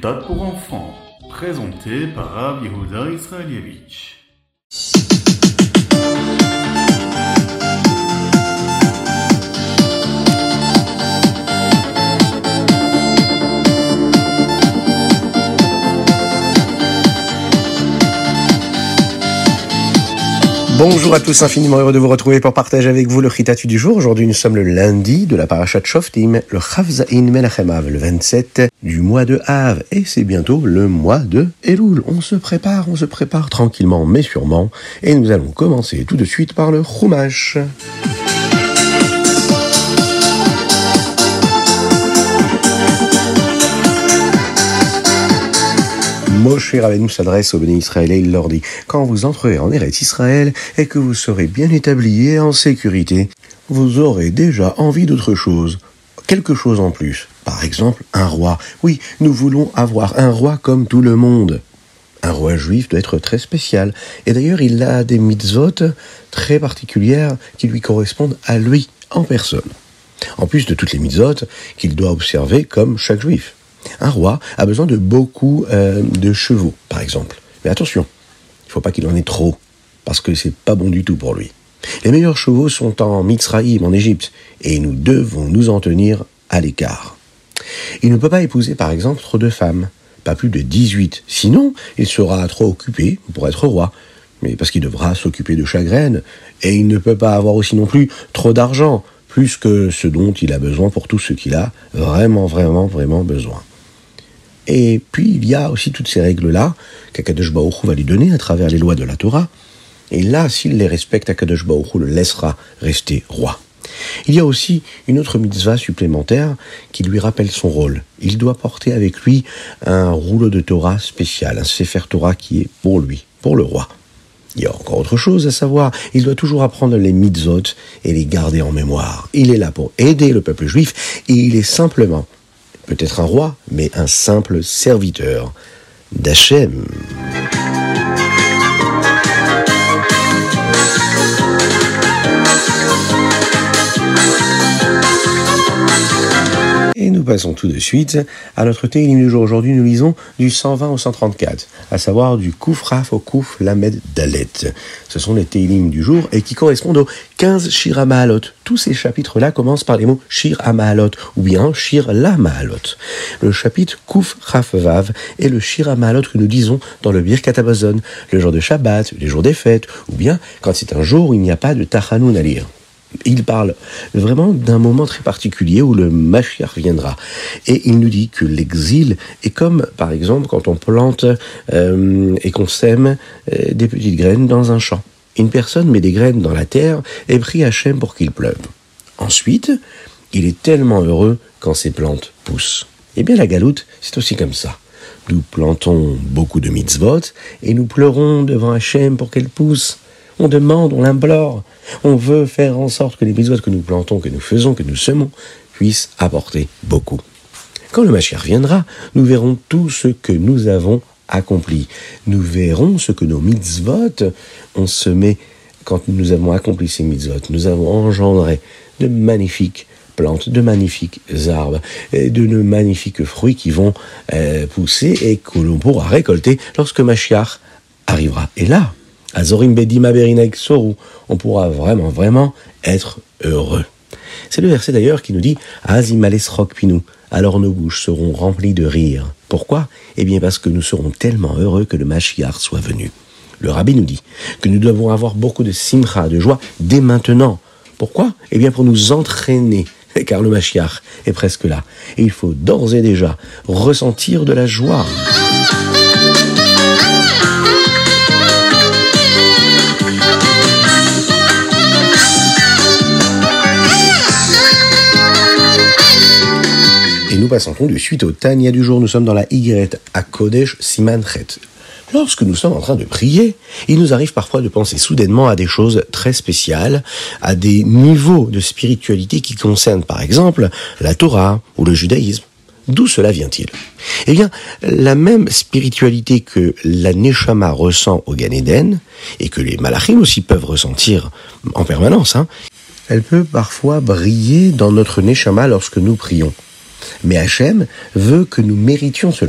Ritat pour enfants, présenté par Rav Yehuda Israelievich. Bonjour à tous, infiniment heureux de vous retrouver pour partager avec vous le Chitatu du jour. Aujourd'hui, nous sommes le lundi de la Parashat Shoftim, le Chav Zayin Menachem Av, le 27 du mois de Av. Et c'est bientôt le mois de Elul. On se prépare tranquillement mais sûrement. Et nous allons commencer tout de suite par le Chumash. Moshe Rabbeinu s'adresse aux bénis Israël et il leur dit « Quand vous entrerez en Eretz Israël et que vous serez bien établis et en sécurité, vous aurez déjà envie d'autre chose, quelque chose en plus. Par exemple, un roi. Oui, nous voulons avoir un roi comme tout le monde. Un roi juif doit être très spécial. Et d'ailleurs, il a des mitzvot très particulières qui lui correspondent à lui, en personne. En plus de toutes les mitzvot qu'il doit observer comme chaque juif. Un roi a besoin de beaucoup de chevaux, par exemple. Mais attention, il ne faut pas qu'il en ait trop, parce que c'est pas bon du tout pour lui. Les meilleurs chevaux sont en Mitzraïm, en Égypte, et nous devons nous en tenir à l'écart. Il ne peut pas épouser, par exemple, trop de femmes, pas plus de 18. Sinon, il sera trop occupé pour être roi, mais parce qu'il devra s'occuper de chaque reine, et il ne peut pas avoir aussi non plus trop d'argent, plus que ce dont il a besoin pour tout ce qu'il a vraiment besoin. Et puis, il y a aussi toutes ces règles-là qu'Akadosh Baruch Hu va lui donner à travers les lois de la Torah. Et là, s'il les respecte, Akadosh Baruch Hu le laissera rester roi. Il y a aussi une autre mitzvah supplémentaire qui lui rappelle son rôle. Il doit porter avec lui un rouleau de Torah spécial, un Sefer Torah qui est pour lui, pour le roi. Il y a encore autre chose à savoir, il doit toujours apprendre les mitzvot et les garder en mémoire. Il est là pour aider le peuple juif et il est simplement, peut-être un roi, mais un simple serviteur d'Hachem. Et nous passons tout de suite à notre Téhilim du jour. Aujourd'hui, nous lisons du 120 au 134, à savoir du Kouf Raf au Kouf Lamed Dalet. Ce sont les Téhilim du jour et qui correspondent aux 15 Shir HaMahalot. Tous ces chapitres-là commencent par les mots Shir HaMahalot ou bien Shir La Mahalot. Le chapitre Kouf Raf Vav est le Shir HaMahalot que nous disons dans le Birkat Hamazon, le jour de Shabbat, les jours des fêtes, ou bien quand c'est un jour où il n'y a pas de Tachanoun à lire. Il parle vraiment d'un moment très particulier où le Mashiach viendra. Et il nous dit que l'exil est comme, par exemple, quand on plante et qu'on sème des petites graines dans un champ. Une personne met des graines dans la terre et prie Hachem pour qu'il pleuve. Ensuite, il est tellement heureux quand ces plantes poussent. Eh bien, la galoute, c'est aussi comme ça. Nous plantons beaucoup de mitzvot et nous pleurons devant Hachem pour qu'elles poussent. On demande, on l'implore. On veut faire en sorte que les mitzvot que nous plantons, que nous faisons, que nous semons, puissent apporter beaucoup. Quand le Mashiach viendra, nous verrons tout ce que nous avons accompli. Nous verrons ce que nos mitzvot ont semé quand nous avons accompli ces mitzvot. Nous avons engendré de magnifiques plantes, de magnifiques arbres, de magnifiques fruits qui vont pousser et que l'on pourra récolter lorsque Mashiach arrivera. Et là, Azorim Bedima Berinek Soru, on pourra vraiment être heureux. C'est le verset d'ailleurs qui nous dit Azimales Rok Pinu, alors nos bouches seront remplies de rire. Pourquoi ? Eh bien parce que nous serons tellement heureux que le Mashiach soit venu. Le Rabbi nous dit que nous devons avoir beaucoup de simcha, de joie, dès maintenant. Pourquoi ? Eh bien pour nous entraîner, car le Mashiach est presque là. Et il faut d'ores et déjà ressentir de la joie. Et nous passons tout de suite au Tanya du jour. Nous sommes dans la Igeret HaKodesh Siman Chet. Lorsque nous sommes en train de prier, il nous arrive parfois de penser soudainement à des choses très spéciales, à des niveaux de spiritualité qui concernent par exemple la Torah ou le judaïsme. D'où cela vient-il ? Eh bien, la même spiritualité que la Neshama ressent au Gan Eden, et que les Malachim aussi peuvent ressentir en permanence, elle peut parfois briller dans notre Neshama lorsque nous prions. Mais Hachem veut que nous méritions cela.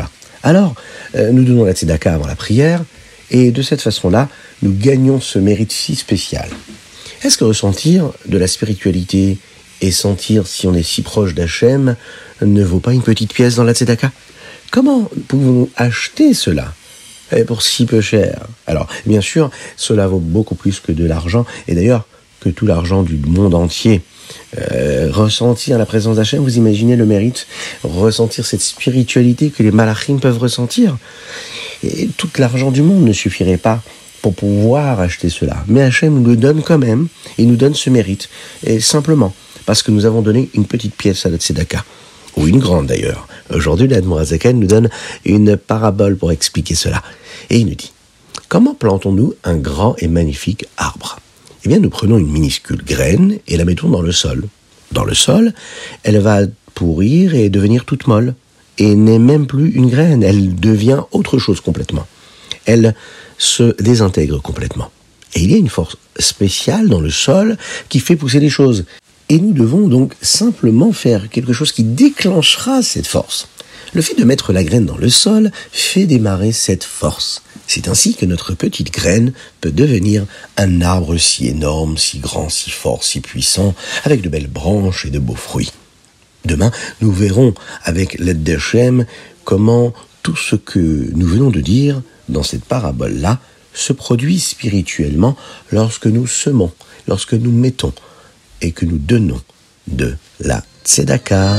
Alors, nous donnons la tzedaka avant la prière, et de cette façon-là, nous gagnons ce mérite si spécial. Est-ce que ressentir de la spiritualité et sentir si on est si proche d'Hachem ne vaut pas une petite pièce dans la tzedaka? Comment pouvons-nous acheter cela pour si peu cher? Alors, bien sûr, cela vaut beaucoup plus que de l'argent, et d'ailleurs, que tout l'argent du monde entier. Ressentir la présence d'Hachem, vous imaginez le mérite, ressentir cette spiritualité que les malachim peuvent ressentir. Et tout l'argent du monde ne suffirait pas pour pouvoir acheter cela. Mais Hachem nous le donne quand même, et nous donne ce mérite, et simplement parce que nous avons donné une petite pièce à la tzedaka, ou une grande d'ailleurs. Aujourd'hui, l'Admor HaZaken nous donne une parabole pour expliquer cela. Et il nous dit, comment plantons-nous un grand et magnifique arbre? Eh bien, nous prenons une minuscule graine et la mettons dans le sol. Dans le sol, elle va pourrir et devenir toute molle. Et n'est même plus une graine, elle devient autre chose complètement. Elle se désintègre complètement. Et il y a une force spéciale dans le sol qui fait pousser les choses. Et nous devons donc simplement faire quelque chose qui déclenchera cette force. Le fait de mettre la graine dans le sol fait démarrer cette force. C'est ainsi que notre petite graine peut devenir un arbre si énorme, si grand, si fort, si puissant, avec de belles branches et de beaux fruits. Demain, nous verrons avec l'aide d'Hachem comment tout ce que nous venons de dire dans cette parabole-là se produit spirituellement lorsque nous semons, lorsque nous mettons et que nous donnons de la tzedaka.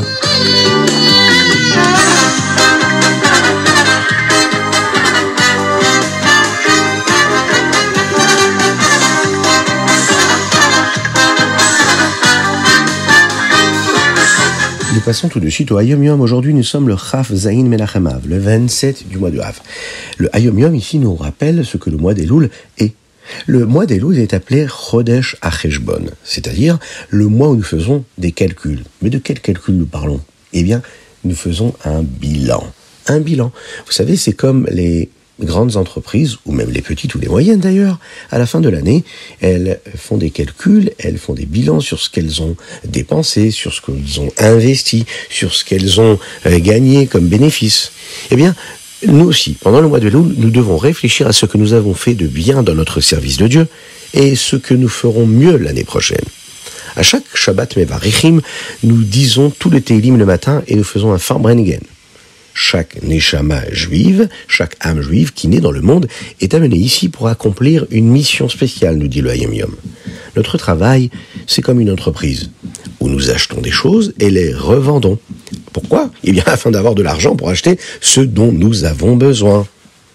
Nous passons tout de suite au Hayom Yom. Aujourd'hui, nous sommes le Chaf Zayin Menachem Av, le 27 du mois de Av. Le Hayom Yom, ici, nous rappelle ce que le mois d'Elul est. Le mois d'Elul est appelé Chodesh HaCheshbon, c'est-à-dire le mois où nous faisons des calculs. Mais de quel calcul nous parlons? Eh bien, nous faisons un bilan. Un bilan. Vous savez, c'est comme les grandes entreprises, ou même les petites ou les moyennes d'ailleurs, à la fin de l'année, elles font des calculs, elles font des bilans sur ce qu'elles ont dépensé, sur ce qu'elles ont investi, sur ce qu'elles ont gagné comme bénéfice. Eh bien, nous aussi, pendant le mois de Elul, nous devons réfléchir à ce que nous avons fait de bien dans notre service de Dieu et ce que nous ferons mieux l'année prochaine. À chaque Shabbat Mevarichim, nous disons tout le Teilim le matin et nous faisons un Farbrennigen. Chaque Neshama juive, chaque âme juive qui naît dans le monde est amenée ici pour accomplir une mission spéciale, nous dit le Hayom Yom. Notre travail, c'est comme une entreprise où nous achetons des choses et les revendons. Pourquoi? Eh bien, afin d'avoir de l'argent pour acheter ce dont nous avons besoin.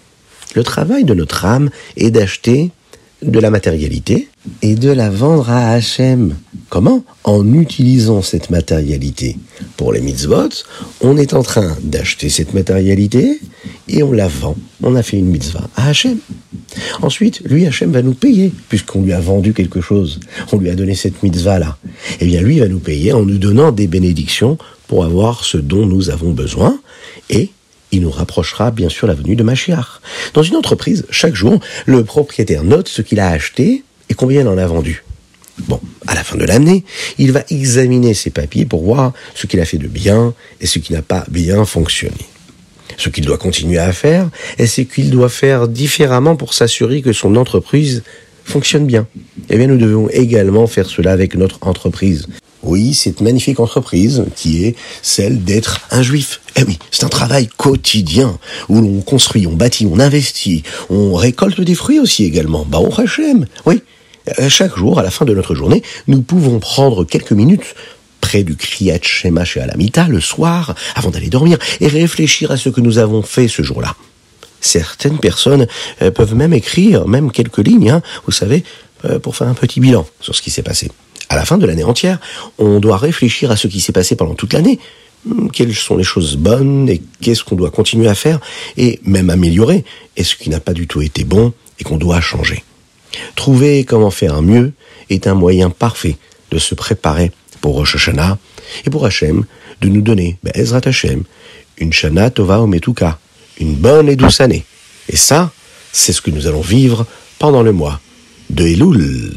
Le travail de notre âme est d'acheter de la matérialité et de la vendre à Hachem. Comment? En utilisant cette matérialité. Pour les mitzvot, on est en train d'acheter cette matérialité et on la vend. On a fait une mitzvah à Hachem. Ensuite, lui, Hachem va nous payer, puisqu'on lui a vendu quelque chose. On lui a donné cette mitzvah-là. Eh bien, lui va nous payer en nous donnant des bénédictions pour avoir ce dont nous avons besoin et il nous rapprochera bien sûr la venue de Mashiach. Dans une entreprise, chaque jour, le propriétaire note ce qu'il a acheté et combien il en a vendu. Bon, à la fin de l'année, il va examiner ses papiers pour voir ce qu'il a fait de bien et ce qui n'a pas bien fonctionné. Ce qu'il doit continuer à faire et ce qu'il doit faire différemment pour s'assurer que son entreprise fonctionne bien. Eh bien, nous devons également faire cela avec notre entreprise. Oui, cette magnifique entreprise qui est celle d'être un juif. Eh oui, c'est un travail quotidien où l'on construit, on bâtit, on investit, on récolte des fruits aussi également. Baruch Hashem. Oui, chaque jour, à la fin de notre journée, nous pouvons prendre quelques minutes près du Kriyat Shema chez Alamita le soir, avant d'aller dormir, et réfléchir à ce que nous avons fait ce jour-là. Certaines personnes peuvent même écrire, même quelques lignes, vous savez, pour faire un petit bilan sur ce qui s'est passé. À la fin de l'année entière, on doit réfléchir à ce qui s'est passé pendant toute l'année. Quelles sont les choses bonnes et qu'est-ce qu'on doit continuer à faire et même améliorer et ce qui n'a pas du tout été bon et qu'on doit changer. Trouver comment faire mieux est un moyen parfait de se préparer pour Rosh Hashanah et pour Hachem de nous donner, Be'ezrat Hashem, une Shana Tova Umetuka, une bonne et douce année. Et ça, c'est ce que nous allons vivre pendant le mois de Elul.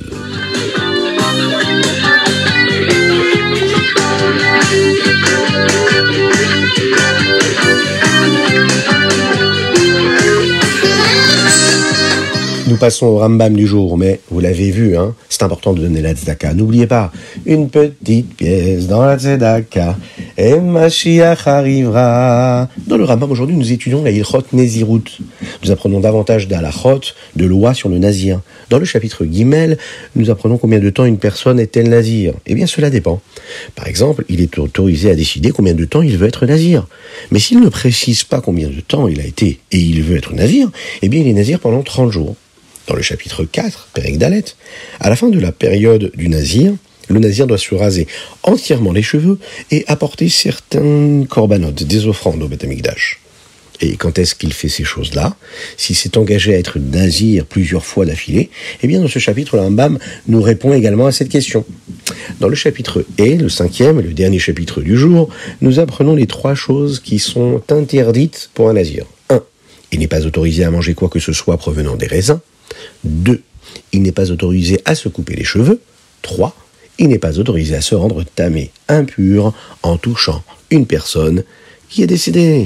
passons au Rambam du jour, mais vous l'avez vu, hein, c'est important de donner la tzedaka. N'oubliez pas, une petite pièce dans la tzedaka, et Mashiach arrivera. Dans le Rambam, aujourd'hui, nous étudions la Ilchot Nezirut. Nous apprenons davantage d'halachot, de lois sur le nazir. Dans le chapitre Gimel, nous apprenons combien de temps une personne est-elle nazir. Eh bien, cela dépend. Par exemple, il est autorisé à décider combien de temps il veut être nazir. Mais s'il ne précise pas combien de temps il a été et il veut être nazir, eh bien, il est nazir pendant 30 jours. Dans le chapitre 4, Perek Dalet, à la fin de la période du nazir, le nazir doit se raser entièrement les cheveux et apporter certains corbanotes, des offrandes au Beth Amikdash. Et quand est-ce qu'il fait ces choses-là? S'il s'est engagé à être nazir plusieurs fois d'affilée, eh bien dans ce chapitre, le Rambam nous répond également à cette question. Dans le chapitre E, le 5e, le dernier chapitre du jour, nous apprenons les 3 choses qui sont interdites pour un nazir. 1. Il n'est pas autorisé à manger quoi que ce soit provenant des raisins. 2. Il n'est pas autorisé à se couper les cheveux. 3. Il n'est pas autorisé à se rendre tamé, impur, en touchant une personne qui est décédée.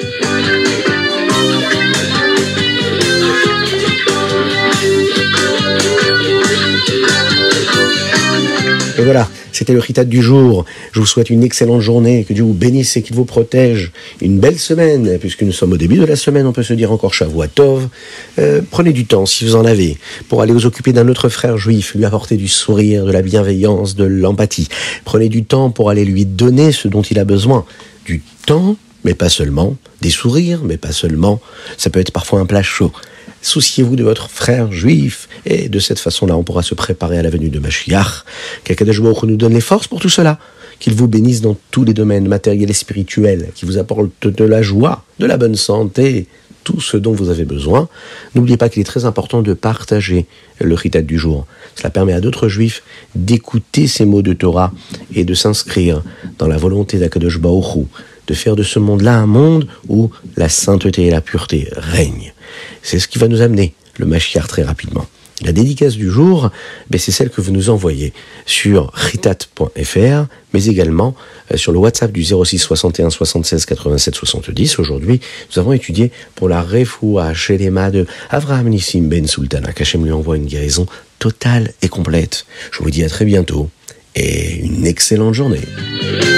Et voilà, c'était le Ritat du jour. Je vous souhaite une excellente journée, que Dieu vous bénisse et qu'il vous protège. Une belle semaine, puisque nous sommes au début de la semaine, on peut se dire encore Shavua Tov. Prenez du temps, si vous en avez, pour aller vous occuper d'un autre frère juif, lui apporter du sourire, de la bienveillance, de l'empathie. Prenez du temps pour aller lui donner ce dont il a besoin. Du temps, mais pas seulement. Des sourires, mais pas seulement. Ça peut être parfois un plat chaud. Souciez-vous de votre frère juif, et de cette façon-là, on pourra se préparer à la venue de Mashiach. Qu'Akadosh Baruch Hu nous donne les forces pour tout cela. Qu'il vous bénisse dans tous les domaines matériels et spirituels, qu'il vous apporte de la joie, de la bonne santé, tout ce dont vous avez besoin. N'oubliez pas qu'il est très important de partager le Ritat du jour. Cela permet à d'autres juifs d'écouter ces mots de Torah et de s'inscrire dans la volonté d'Akadosh Baruch Hu, de faire de ce monde-là un monde où la sainteté et la pureté règnent. C'est ce qui va nous amener le Mashiach très rapidement. La dédicace du jour, c'est celle que vous nous envoyez sur ritat.fr, mais également sur le WhatsApp du 06 61 76 87 70. Aujourd'hui, nous avons étudié pour la Refoua Shelema de Avraham Nissim Ben Sultana, qu'Hachem lui envoie une guérison totale et complète. Je vous dis à très bientôt et une excellente journée.